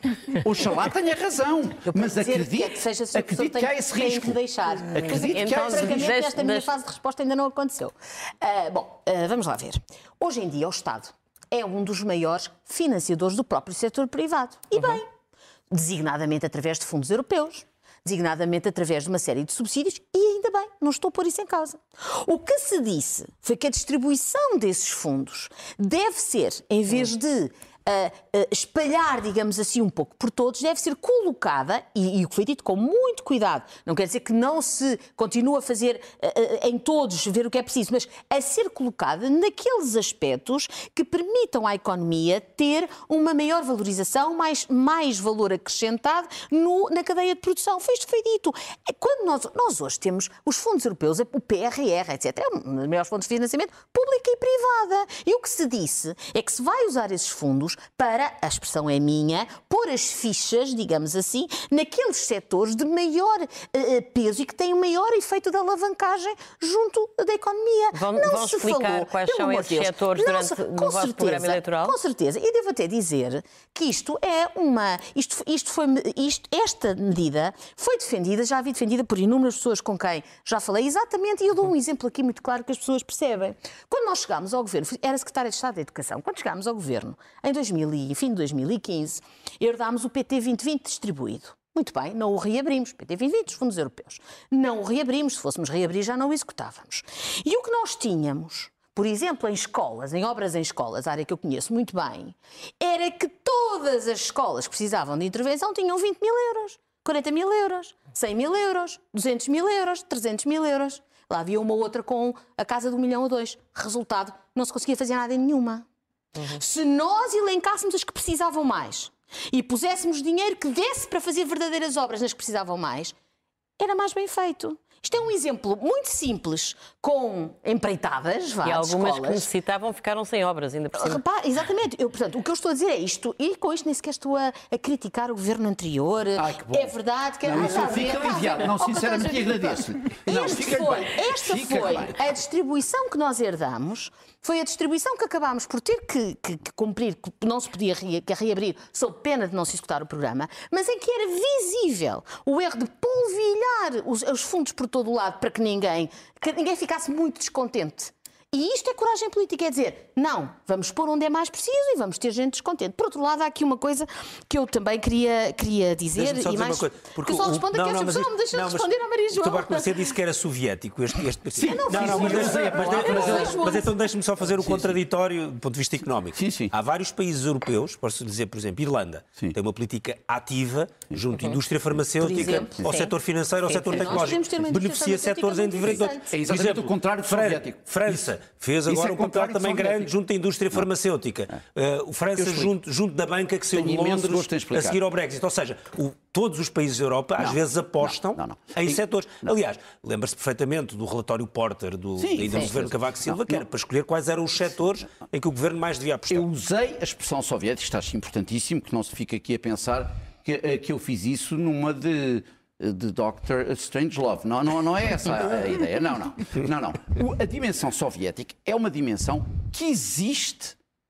Oxalá tenha razão, mas Dizer acredito, que é que seja senhor professor, acredito que há tem- esse tem risco. que deixar. Acredito que há Então, esse Francamente, risco. deixe- esta minha deixe- fase de resposta ainda não aconteceu. Ah, bom, ah, vamos lá ver. Hoje em dia, o Estado é um dos maiores financiadores do próprio setor privado. E bem, designadamente através de fundos europeus, designadamente através de uma série de subsídios, e ainda bem, não estou a pôr isso em causa. O que se disse foi que a distribuição desses fundos deve ser, em vez de Uh, uh, espalhar, digamos assim, um pouco por todos, deve ser colocada, e, e o que foi dito com muito cuidado, não quer dizer que não se continue a fazer uh, uh, em todos, ver o que é preciso, mas a ser colocada naqueles aspectos que permitam à economia ter uma maior valorização, mais, mais valor acrescentado no, na cadeia de produção. Foi isto que foi dito. Quando nós, nós hoje temos os fundos europeus, o P R R, etcétera, é um dos maiores fontes de financiamento pública e privada. E o que se disse é que se vai usar esses fundos para, a expressão é minha, pôr as fichas, digamos assim, naqueles setores de maior uh, peso e que têm o maior efeito de alavancagem junto da economia. Vão, não vão se explicar falou, quais pelo são amor esses de Deus, setores não durante se- o com vosso certeza, programa eleitoral? Com certeza. E devo até dizer que isto é uma... Isto, isto foi, isto, esta medida foi defendida, já vi defendida por inúmeras pessoas com quem já falei, exatamente, e eu dou um exemplo aqui muito claro que as pessoas percebem. Quando nós chegámos ao governo, era secretária de Estado da Educação, quando chegámos ao governo, em dois mil e, fim de dois mil e quinze, herdámos o P T vinte vinte distribuído. Muito bem, não o reabrimos, P T vinte vinte dos fundos europeus. Não o reabrimos, se fôssemos reabrir já não o executávamos. E o que nós tínhamos, por exemplo, em escolas, em obras em escolas, área que eu conheço muito bem, era que todas as escolas que precisavam de intervenção tinham vinte mil euros, quarenta mil euros, cem mil euros, duzentos mil euros, trezentos mil euros. Lá havia uma outra com a casa de um milhão ou dois. Resultado, não se conseguia fazer nada em nenhuma. Uhum. Se nós elencássemos as que precisavam mais e puséssemos dinheiro que desse para fazer verdadeiras obras nas que precisavam mais, era mais bem feito. Isto é um exemplo muito simples, com empreitadas, vá, E algumas escolas. que necessitavam ficaram sem obras, ainda por cima. Repare, exatamente. Eu, portanto, o que eu estou a dizer é isto, e com isto nem sequer estou a, a criticar o governo anterior. Ai, que bom. É verdade que... Não, Ah, isso eu está a ver, fico está a ver. aliviado. Não, Oh, sinceramente, Catarina, agradeço. Não, Este fica foi, bem. esta Fica foi bem. a distribuição que nós herdamos, foi a distribuição que acabámos por ter que, que, que cumprir, que não se podia re, que reabrir sob pena de não se executar o programa, mas em que era visível o erro de polvilhar os, os fundos por todo o lado para que ninguém, que ninguém ficasse muito descontente. E isto é coragem política, é dizer, não, vamos pôr onde é mais preciso e vamos ter gente descontente. Por outro lado, há aqui uma coisa que eu também queria, queria dizer, Deixa-me só e dizer mais... uma coisa, porque que eu só o- respondo não, aqui, não, a mas pessoa isto- não me deixa não, mas responder à Maria João. O Tabaco Mercê disse que era soviético. Este, este... Sim, não não, fiz não, mas, isso. deixa- mas, Eu não mas, fiz mas isso. então deixe-me só fazer o sim. contraditório do ponto de vista económico. Sim, sim. Há vários países europeus, posso dizer, por exemplo, Irlanda, Sim. tem uma política ativa junto à indústria farmacêutica, Por exemplo, ao sim. setor financeiro, ao Sim, setor sim. Nós tecnológico. podemos ter uma indústria Beneficia farmacêutica setores em muito diferentes... interessante. É exatamente o contrário de Fran- soviético. França fez Isso agora é um contrário contrato de também soviético. grande junto à indústria farmacêutica. Uh, França Eu explico. junto, junto da banca que saiu de Tenho imenso Londres gosto em a explicar. seguir ao Brexit. Ou seja, o- todos os países da Europa às Não, vezes apostam não, não, em não. setores. Aliás, lembra-se perfeitamente do relatório Porter do, Sim, ainda do sim, governo sim. Cavaco Silva, Não, que era não. para escolher quais eram os setores em que o governo mais devia apostar. Eu usei a expressão soviética, isto acho importantíssimo, que não se fique aqui a pensar que, eh, que eu fiz isso numa de, de doutor Strangelove. Não, não, não é essa a ideia. Não, não. não, não. O- a dimensão soviética é uma dimensão que existe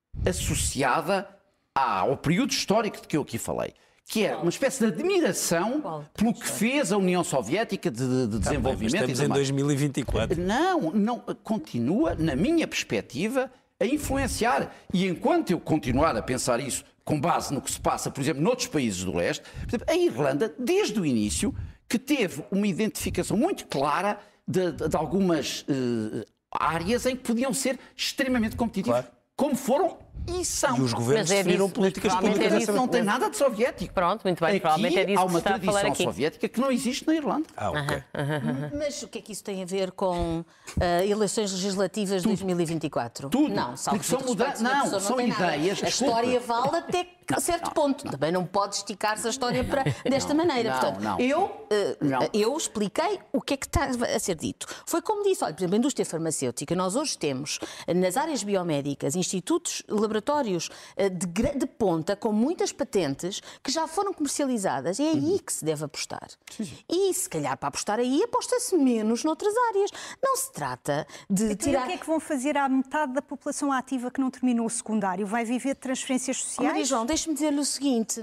associada ao período histórico de que eu aqui falei, que é uma espécie de admiração pelo que fez a União Soviética de, de desenvolvimento. Tá bem, estamos em dois mil e vinte e quatro. Não, não, continua, na minha perspectiva, a influenciar. E enquanto eu continuar a pensar isso com base no que se passa, por exemplo, noutros países do leste, por exemplo, a Irlanda, desde o início, que teve uma identificação muito clara de, de, de algumas uh, áreas em que podiam ser extremamente competitivos, claro, como foram e são. E os governos é definiram disso, políticas públicas. É Isso não tem nada de soviético. Pronto, muito bem, aqui provavelmente é disso há que uma está a falar tradição aqui. soviética que não existe na Irlanda. Ah, ok. Uhum. Mas o que é que isso tem a ver com uh, eleições legislativas de dois mil e vinte e quatro? Tudo. Não, Porque são, muda não, não são tem ideias. Nada. A Desculpa. história vale até a certo não, ponto. Não. Também não pode esticar-se a história para, desta não, maneira. Não, Portanto, não. Eu, uh, não. eu expliquei o que é que está a ser dito. Foi como disse, olha, por exemplo, a indústria farmacêutica. Nós hoje temos, nas áreas biomédicas, institutos, laboratórios uh, de, de ponta, com muitas patentes, que já foram comercializadas. É aí que se deve apostar. Sim, sim. E, se calhar, para apostar aí, aposta-se menos noutras áreas. Não se trata de então, tirar... o que é que vão fazer à metade da população ativa que não terminou o secundário? Vai viver de transferências sociais? Oh, Maria João, deixe-me dizer-lhe o seguinte.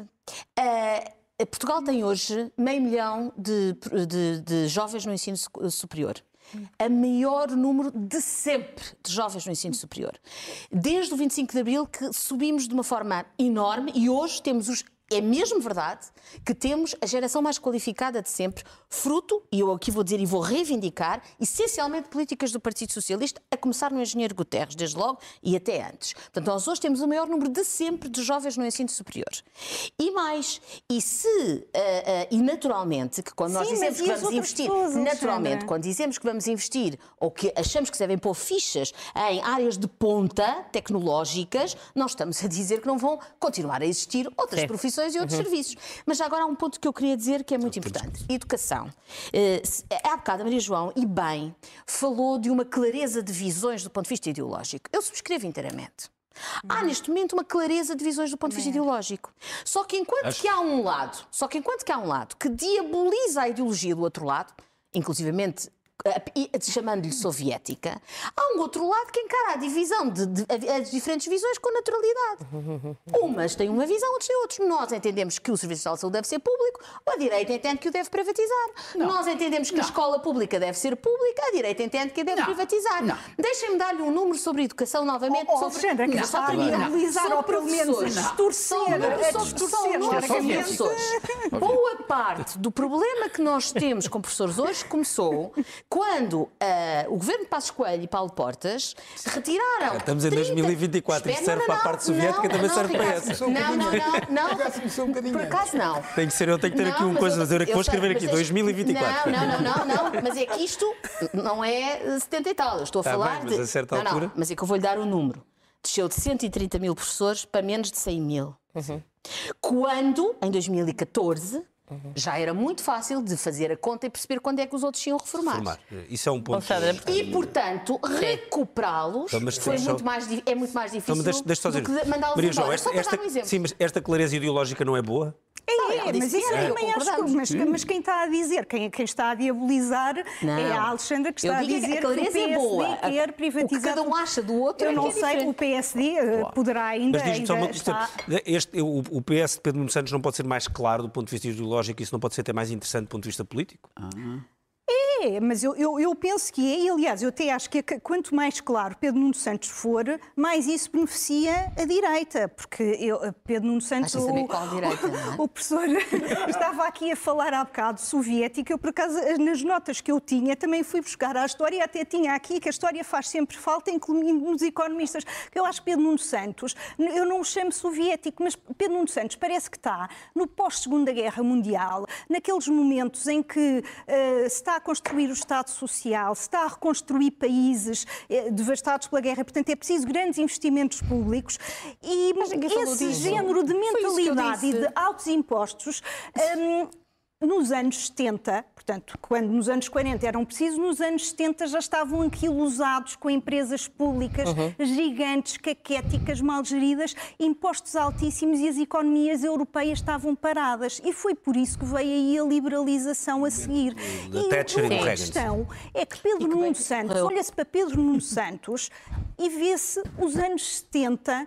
Uh, Portugal tem hoje meio milhão de, de, de jovens no ensino superior. A maior número de sempre de jovens no ensino superior. Desde o vinte e cinco de Abril que subimos de uma forma enorme e hoje temos os... É mesmo verdade que temos a geração mais qualificada de sempre, fruto, e eu aqui vou dizer e vou reivindicar, essencialmente políticas do Partido Socialista, a começar no engenheiro Guterres, desde logo, e até antes. Portanto, nós hoje temos o maior número de sempre de jovens no ensino superior. E mais, e se, uh, uh, e naturalmente, que quando Sim, nós dizemos que vamos investir, pessoas, naturalmente, Alexandra? quando dizemos que vamos investir, ou que achamos que se devem pôr fichas em áreas de ponta tecnológicas, nós estamos a dizer que não vão continuar a existir outras Sim. profissões e outros uhum. serviços. Mas já agora há um ponto que eu queria dizer que é muito importante. Educação. Uh, há bocado a Maria João, e bem, falou de uma clareza de visões do ponto de vista ideológico. Eu subscrevo inteiramente. Há neste momento uma clareza de visões do ponto de vista ideológico. Só que enquanto Acho... que há um lado, só que enquanto que há um lado que diaboliza a ideologia do outro lado, inclusivamente chamando-lhe soviética, há um outro lado que encara a divisão de, de, de as diferentes visões com naturalidade. Umas têm uma visão, outras têm outras. Nós entendemos que o Serviço Nacional de Saúde deve ser público, a direita entende que o deve privatizar. Não. Nós entendemos que não. a escola pública deve ser pública, a direita entende que a deve não. privatizar. Deixem-me dar-lhe um número sobre educação novamente. Oh, sobre... Alexandra, que está a diabolizar ou pelo menos a distorcer. Boa parte do problema que nós temos com professores hoje começou quando uh, o governo de Passos Coelho e Paulo Portas retiraram... Já estamos em dois mil e vinte e quatro, isto serve para a parte soviética e também serve para essa. Não, não, não, não, por acaso não. Tem que ser, eu tenho que ter aqui uma coisa a dizer, que vou escrever aqui, dois mil e vinte e quatro. Não, não, não, não, mas é que isto não é setenta e tal, eu estou a falar de... Mas a certa altura... Mas é que eu vou-lhe dar o número. Desceu de cento e trinta mil professores para menos de cem mil. Quando, em dois mil e catorze... Uhum. Já era muito fácil de fazer a conta e perceber quando é que os outros iam reformar. reformar. Isso é um ponto. E, portanto, recuperá-los foi muito mais, é muito mais difícil então, deixa, deixa do que mandá-los embora. Esta, esta, um sim, mas esta clareza ideológica não é boa? É, é, mas isso é, também acho que, mas, mas quem está a dizer, quem, quem está a diabolizar não. é a Alexandra que está a dizer que, a que o P S D é boa. quer privatizar. O que cada um acha do outro Eu é não que sei, é o P S D claro. poderá ainda, mas ainda uma, está... Este, o, o P S de Pedro Nuno Santos não pode ser mais claro do ponto de vista ideológico, isso não pode ser até mais interessante do ponto de vista político? Ah. É, mas eu, eu, eu penso que é, e aliás, eu até acho que quanto mais claro Pedro Nuno Santos for, mais isso beneficia a direita, porque eu, Pedro Nuno Santos, o, qual direita, não é? o professor estava aqui a falar há bocado soviética, eu por acaso nas notas que eu tinha também fui buscar a história, até tinha aqui que a história faz sempre falta, incluindo nos economistas, que eu acho que Pedro Nuno Santos, eu não o chamo soviético, mas Pedro Nuno Santos parece que está no pós-Segunda Guerra Mundial, naqueles momentos em que uh, se está a construir o Estado Social, se está a reconstruir países eh, devastados pela guerra, portanto é preciso grandes investimentos públicos e esse género de mentalidade e de altos impostos um, nos anos setenta, portanto, quando nos anos quarenta eram precisos, nos anos setenta já estavam anquilosados com empresas públicas uhum. gigantes, caquéticas, mal geridas, impostos altíssimos e as economias europeias estavam paradas. E foi por isso que veio aí a liberalização a seguir. E a questão é que Pedro Nuno Santos, olha-se para Pedro Nuno Santos e vê-se os anos setenta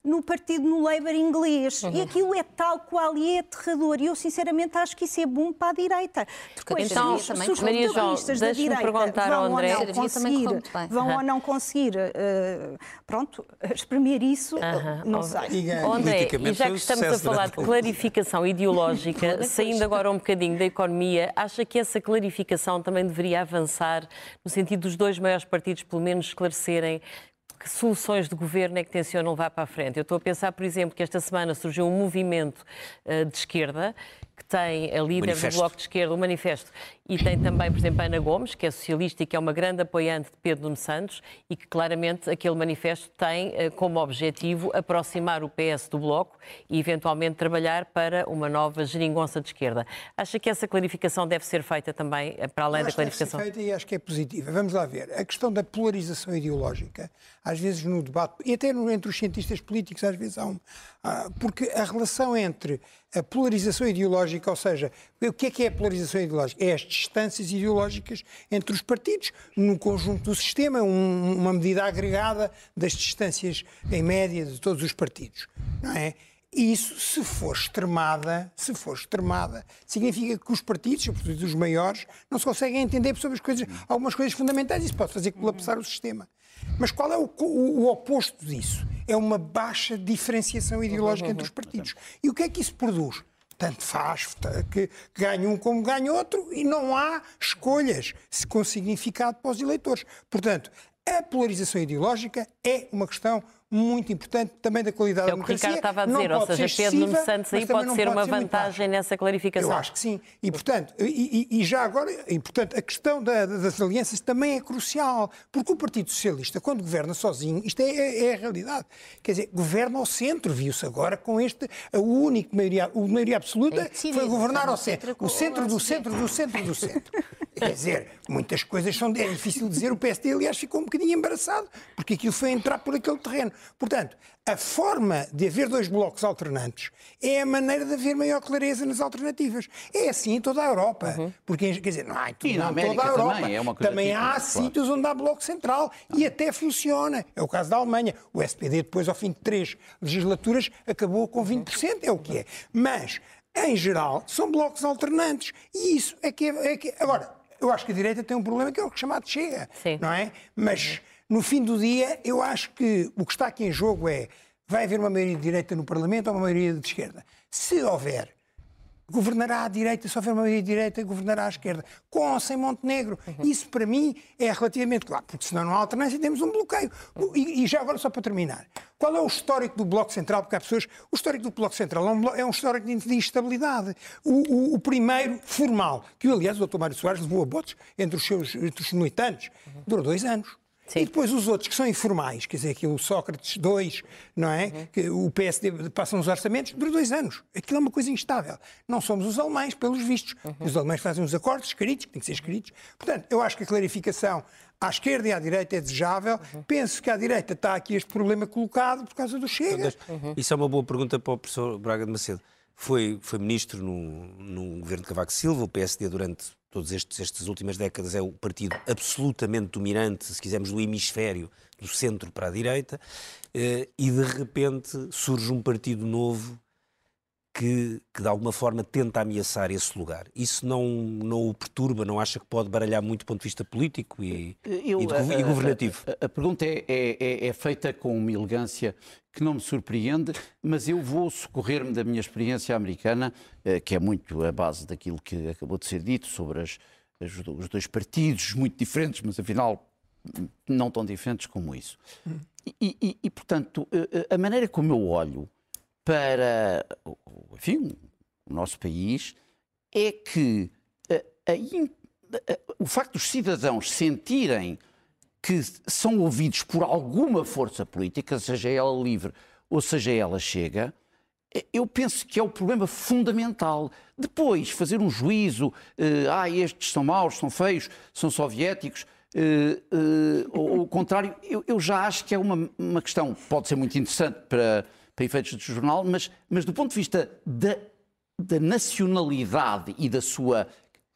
no partido, no Labour inglês. Uhum. E aquilo é tal qual e é aterrador. E eu, sinceramente, acho que isso é bom para a direita. Depois, então, se, se os Maria João, da direita perguntar vão, ao André. ou não conseguir, vão uhum. ou não conseguir, uh, pronto, exprimir isso, uhum. não sei. André, e já que estamos a falar de clarificação ideológica, saindo agora um bocadinho da economia, acha que essa clarificação também deveria avançar no sentido dos dois maiores partidos, pelo menos, esclarecerem que soluções de governo é que tencionam levar para a frente? Eu estou a pensar, por exemplo, que esta semana surgiu um movimento uh, de esquerda que tem a líder manifesto. do Bloco de Esquerda, o Manifesto, e tem também, por exemplo, Ana Gomes, que é socialista e que é uma grande apoiante de Pedro Nuno Santos, e que claramente aquele manifesto tem uh, como objetivo aproximar o P S do Bloco e eventualmente trabalhar para uma nova geringonça de esquerda. Acha que essa clarificação deve ser feita também uh, para além Eu da clarificação? Deve ser feita e acho que é positiva. Vamos lá ver. A questão da polarização ideológica, às vezes no debate, e até no, entre os cientistas políticos, às vezes há um... Ah, porque a relação entre a polarização ideológica, ou seja, o que é que é a polarização ideológica? É as distâncias ideológicas entre os partidos no conjunto do sistema, um, uma medida agregada das distâncias em média de todos os partidos, não é? E isso, se for extremada, se for extremada, significa que os partidos, sobretudo os maiores, não se conseguem entender sobre as coisas, algumas coisas fundamentais. Isso pode fazer colapsar o sistema. Mas qual é o, o, o oposto disso? É uma baixa diferenciação ideológica entre os partidos. E o que é que isso produz? Tanto faz que ganha um como ganha outro e não há escolhas com significado para os eleitores. Portanto, a polarização ideológica é uma questão muito importante também da qualidade é da democracia. É o que o Ricardo estava a dizer, ou seja, Pedro Nuno Santos aí pode ser uma vantagem nessa clarificação. Eu acho que sim. E, portanto, e, e já agora, e, portanto, a questão da, das alianças também é crucial, porque o Partido Socialista, quando governa sozinho, isto é, é, é a realidade, quer dizer, governa ao centro, viu-se agora com este, a única maioria, a maioria absoluta é foi governar ao centro. O centro do centro do centro do centro. Quer dizer, muitas coisas são... É difícil dizer, o P S D, aliás, ficou um bocadinho embaraçado, porque aquilo foi entrar por aquele terreno. Portanto, a forma de haver dois blocos alternantes é a maneira de haver maior clareza nas alternativas. É assim em toda a Europa. Uhum. Porque, quer dizer, não há em tudo, não, toda a Europa. Também, é uma coisa também há tipo, sítios claro. onde há bloco central. Não. E até funciona. É o caso da Alemanha. O S P D, depois, ao fim de três legislaturas, acabou com vinte por cento. É o que é. Mas, em geral, são blocos alternantes. E isso é que é... É que... Agora, eu acho que a direita tem um problema que é o chamado Chega. Sim. Não é? Mas... Uhum. No fim do dia, eu acho que o que está aqui em jogo é, vai haver uma maioria de direita no Parlamento ou uma maioria de esquerda? Se houver, governará à direita, se houver uma maioria de direita, governará à esquerda, com ou sem Montenegro. Uhum. Isso, para mim, é relativamente claro, porque senão não há alternância e temos um bloqueio. E, e já agora, só para terminar, qual é o histórico do Bloco Central? Porque há pessoas... O histórico do Bloco Central é um, é um histórico de instabilidade. O, o, o primeiro, formal, que, aliás, o doutor Mário Soares levou a votos entre os seus entre os militantes, uhum. durou dois anos. Sim. E depois os outros que são informais, quer dizer, que o Sócrates dois, não é? Uhum. Que o P S D passam os orçamentos, dura dois anos. Aquilo é uma coisa instável. Não somos os alemães, pelos vistos. Uhum. Os alemães fazem os acordos escritos, que têm que ser escritos. Portanto, eu acho que a clarificação à esquerda e à direita é desejável. Uhum. Penso que à direita está aqui este problema colocado por causa do Chega. Uhum. Isso é uma boa pergunta para o professor Braga de Macedo. Foi, foi ministro no, no governo de Cavaco Silva, o P S D durante todas estas últimas décadas é o partido absolutamente dominante, se quisermos, do hemisfério, do centro para a direita, e de repente surge um partido novo que, que de alguma forma tenta ameaçar esse lugar. Isso não, não o perturba, não acha que pode baralhar muito do ponto de vista político e, Eu, e, de, a, e governativo? A, a, a pergunta é, é, é feita com uma elegância que não me surpreende, mas eu vou socorrer-me da minha experiência americana, que é muito a base daquilo que acabou de ser dito sobre as, as, os dois partidos muito diferentes, mas afinal não tão diferentes como isso. E, e, e, portanto, a maneira como eu olho para, enfim, o nosso país é que a, a, a, o facto dos cidadãos sentirem que são ouvidos por alguma força política, seja ela livre ou seja ela Chega, eu penso que é o problema fundamental. Depois, fazer um juízo, uh, ah, estes são maus, são feios, são soviéticos, uh, uh, ou o contrário, eu, eu já acho que é uma, uma questão, pode ser muito interessante para, para efeitos de jornal, mas, mas do ponto de vista da, da nacionalidade e da sua...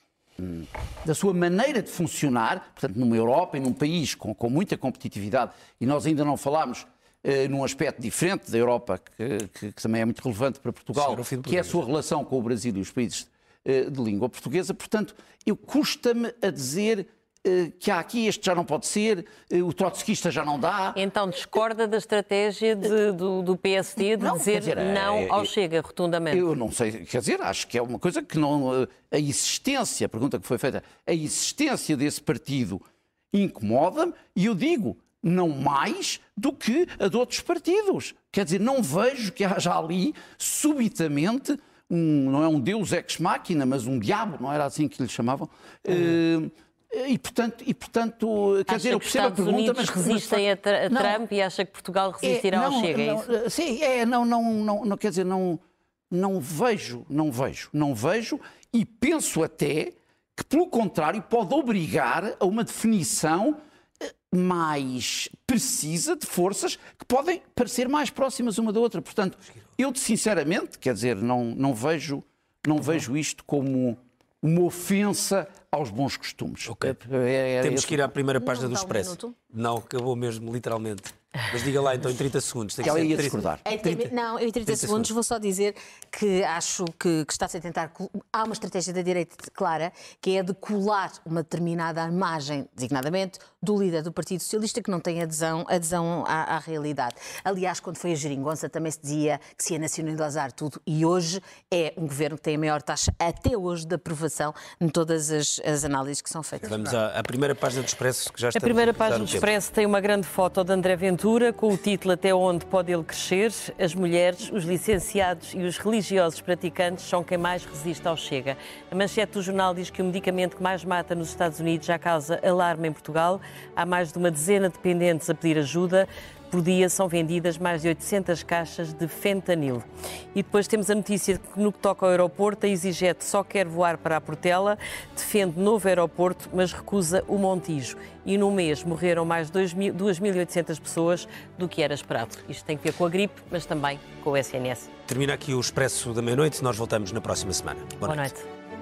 da sua maneira de funcionar, portanto, numa Europa e num país com, com muita competitividade, e nós ainda não falámos num aspecto diferente da Europa, que, que, que também é muito relevante para Portugal, que é a sua relação com o Brasil e os países de língua portuguesa. Portanto, eu custa-me a dizer que há aqui, este já não pode ser, o trotskista já não dá. Então discorda da estratégia de, do, do P S D de não, dizer, dizer não é, ao é, Chega, rotundamente? Eu não sei, quer dizer, acho que é uma coisa que não... A existência, a pergunta que foi feita, a existência desse partido incomoda-me, e eu digo, não mais do que a de outros partidos. Quer dizer, não vejo que haja ali, subitamente, um, não é um deus ex machina, mas um diabo, não era assim que lhe chamavam? Uhum. Uh, e, portanto, e, portanto quer acha dizer, eu percebo a pergunta, Unidos mas... resistem a, a não, Trump e acha que Portugal resistirá é, não, ao Chega, não, é isso? Sim, é, não, não, não, não, quer dizer, não, não vejo, não vejo, não vejo, e penso até que, pelo contrário, pode obrigar a uma definição mais precisa de forças que podem parecer mais próximas uma da outra. Portanto, eu sinceramente, quer dizer, não, não, vejo, não vejo isto como uma ofensa aos bons costumes. Okay. É, é, Temos é, que ir à primeira página Não do dá um Expresso. minuto? Não, acabou mesmo, literalmente. Mas diga lá então em trinta segundos. Tem que Ela ser ia trinta discordar. Em trinta, não, eu em trinta segundos vou só dizer que acho que, que está-se a tentar... Há uma estratégia da direita clara, que é a de colar uma determinada imagem, designadamente, do líder do Partido Socialista, que não tem adesão, adesão à, à realidade. Aliás, quando foi a geringonça também se dizia que se ia nacionalizar tudo, e hoje é um governo que tem a maior taxa, até hoje, de aprovação em todas as, as análises que são feitas. Vamos à, à primeira página do Expresso, que já está A primeira página do Expresso tem uma grande foto de André Ventura, com o título Até onde pode ele crescer? As mulheres, os licenciados e os religiosos praticantes são quem mais resiste ao Chega. A manchete do jornal diz que o medicamento que mais mata nos Estados Unidos já causa alarme em Portugal. Há mais de uma dezena de dependentes a pedir ajuda. Por dia são vendidas mais de oitocentas caixas de fentanil. E depois temos a notícia de que, no que toca ao aeroporto, a EasyJet só quer voar para a Portela, defende novo aeroporto, mas recusa o Montijo. E no mês morreram mais de duas mil e oitocentas pessoas do que era esperado. Isto tem que ver com a gripe, mas também com o S N S. Termina aqui o Expresso da meia-noite. Nós voltamos na próxima semana. Boa, Boa noite. noite.